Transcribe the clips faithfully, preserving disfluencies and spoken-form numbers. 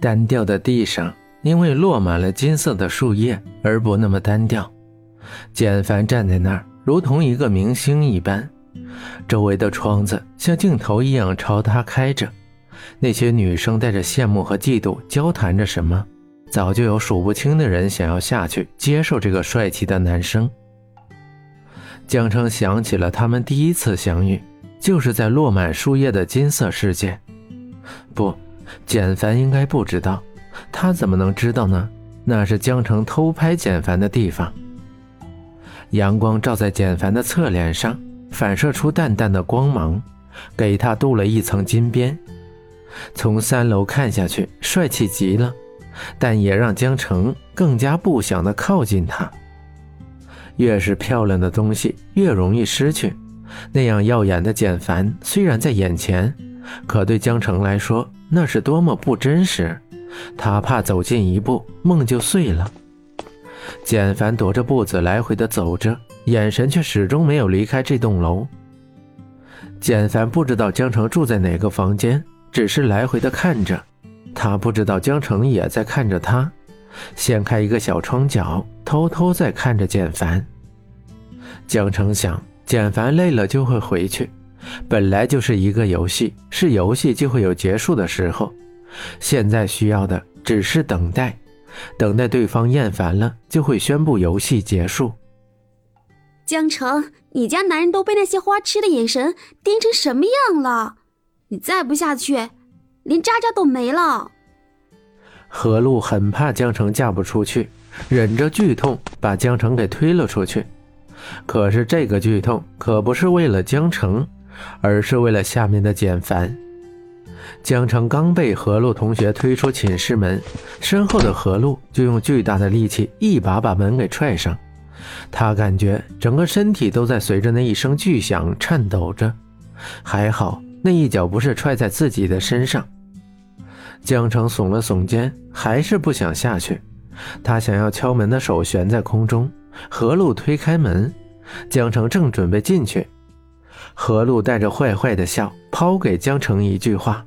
单调的地上因为落满了金色的树叶而不那么单调。简凡站在那儿如同一个明星一般，周围的窗子像镜头一样朝他开着，那些女生带着羡慕和嫉妒交谈着什么，早就有数不清的人想要下去接受这个帅气的男生。江澄想起了他们第一次相遇，就是在落满树叶的金色世界。不，简凡应该不知道，他怎么能知道呢？那是江澄偷拍简凡的地方。阳光照在简凡的侧脸上，反射出淡淡的光芒，给他镀了一层金边。从三楼看下去，帅气极了，但也让江澄更加不想地靠近他。越是漂亮的东西越容易失去，那样耀眼的简凡虽然在眼前，可对江澄来说那是多么不真实，他怕走近一步梦就碎了。简凡踱着步子来回地走着，眼神却始终没有离开这栋楼。简凡不知道江澄住在哪个房间，只是来回地看着，他不知道江澄也在看着他，掀开一个小窗角，偷偷在看着简凡。江澄想，简凡累了就会回去，本来就是一个游戏，是游戏就会有结束的时候，现在需要的只是等待，等待对方厌烦了，就会宣布游戏结束。 江澄，你家男人都被那些花痴的眼神盯成什么样了？你再不下去，连渣渣都没了。 何璐很怕江澄嫁不出去，忍着剧痛把江澄给推了出去。可是这个剧痛可不是为了江澄，而是为了下面的简凡。江澄刚被何璐同学推出寝室门，身后的何璐就用巨大的力气一把把门给踹上。他感觉整个身体都在随着那一声巨响颤抖着，还好那一脚不是踹在自己的身上。江澄耸了耸肩，还是不想下去。他想要敲门的手悬在空中，何璐推开门，江澄正准备进去，何璐带着坏坏的笑抛给江澄一句话：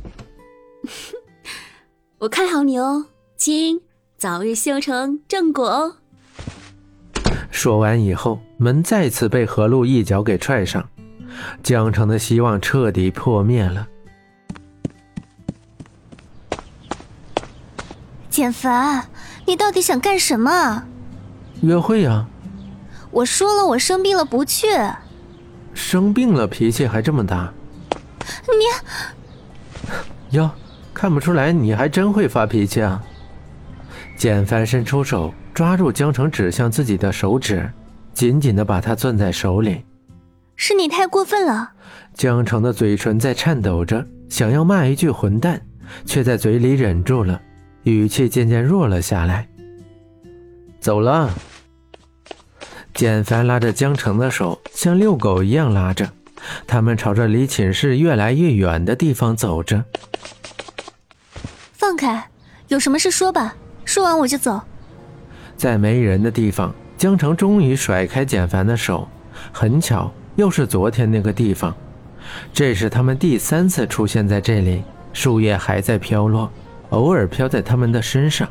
我看好你哦，亲，早日修成正果哦。 说完以后，门再次被何璐一脚给踹上，江澄的希望彻底破灭了。 简凡，你到底想干什么？ 约会啊。 我说了，我生病了不去。 生病了脾气还这么大？ 你哟，看不出来你还真会发脾气啊。简凡伸出手抓住江澄指向自己的手指，紧紧地把他攥在手里。 是你太过分了。 江澄的嘴唇在颤抖着，想要骂一句混蛋，却在嘴里忍住了，语气渐渐弱了下来。走了。简凡拉着江澄的手像遛狗一样拉着，他们朝着离寝室越来越远的地方走着。 放开，有什么事说吧，说完我就走。 在没人的地方，江澄终于甩开简凡的手，很巧又是昨天那个地方，这是他们第三次出现在这里，树叶还在飘落，偶尔飘在他们的身上。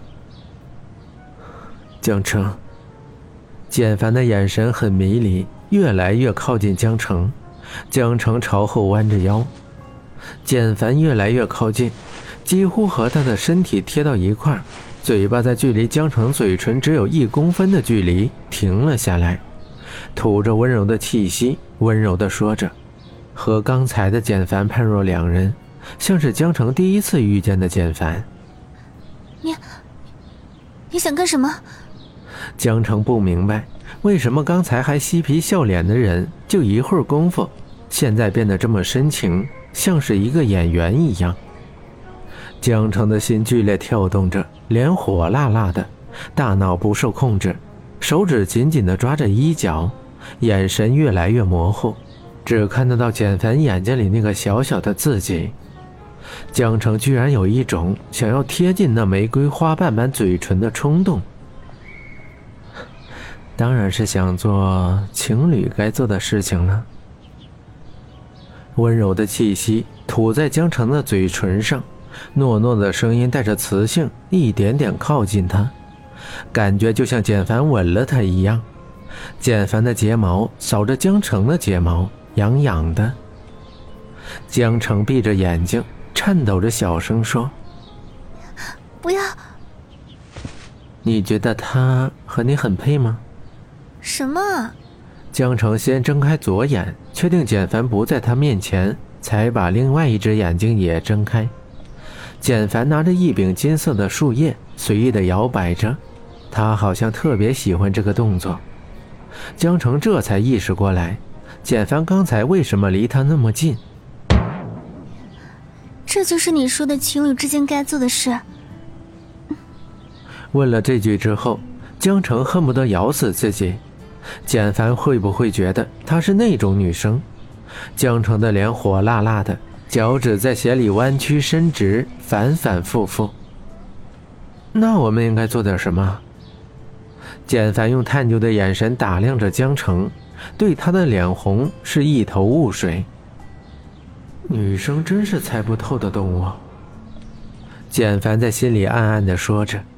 江澄，简凡的眼神很迷离，越来越靠近江澄。江澄朝后弯着腰，简凡越来越靠近，几乎和他的身体贴到一块，嘴巴在距离江澄嘴唇只有一公分的距离停了下来，吐着温柔的气息，温柔地说着，和刚才的简凡判若两人，像是江澄第一次遇见的简凡。 你你想干什么？ 江澄不明白，为什么刚才还嬉皮笑脸的人，就一会儿功夫，现在变得这么深情，像是一个演员一样。江澄的心剧烈跳动着，脸火辣辣的，大脑不受控制，手指紧紧地抓着衣角，眼神越来越模糊，只看得到简凡眼睛里那个小小的自己。江澄居然有一种想要贴近那玫瑰花瓣般嘴唇的冲动，当然是想做情侣该做的事情了。温柔的气息吐在江澄的嘴唇上， 糯糯的声音带着磁性，一点点靠近他，感觉就像简凡吻了他一样。简凡的睫毛扫着江澄的睫毛，痒痒的。江澄闭着眼睛，颤抖着小声说： 不要。 你觉得他和你很配吗？ 什么？ 江澄先睁开左眼，确定简凡不在他面前，才把另外一只眼睛也睁开。简凡拿着一柄金色的树叶随意地摇摆着，他好像特别喜欢这个动作。江澄这才意识过来，简凡刚才为什么离他那么近。 这就是你说的情侣之间该做的事。 问了这句之后，江澄恨不得咬死自己。简凡会不会觉得她是那种女生？江澄的脸火辣辣的，脚趾在鞋里弯曲伸直，反反复复。那我们应该做点什么？简凡用探究的眼神打量着江澄，对他的脸红是一头雾水。女生真是猜不透的动物。简凡在心里暗暗地说着。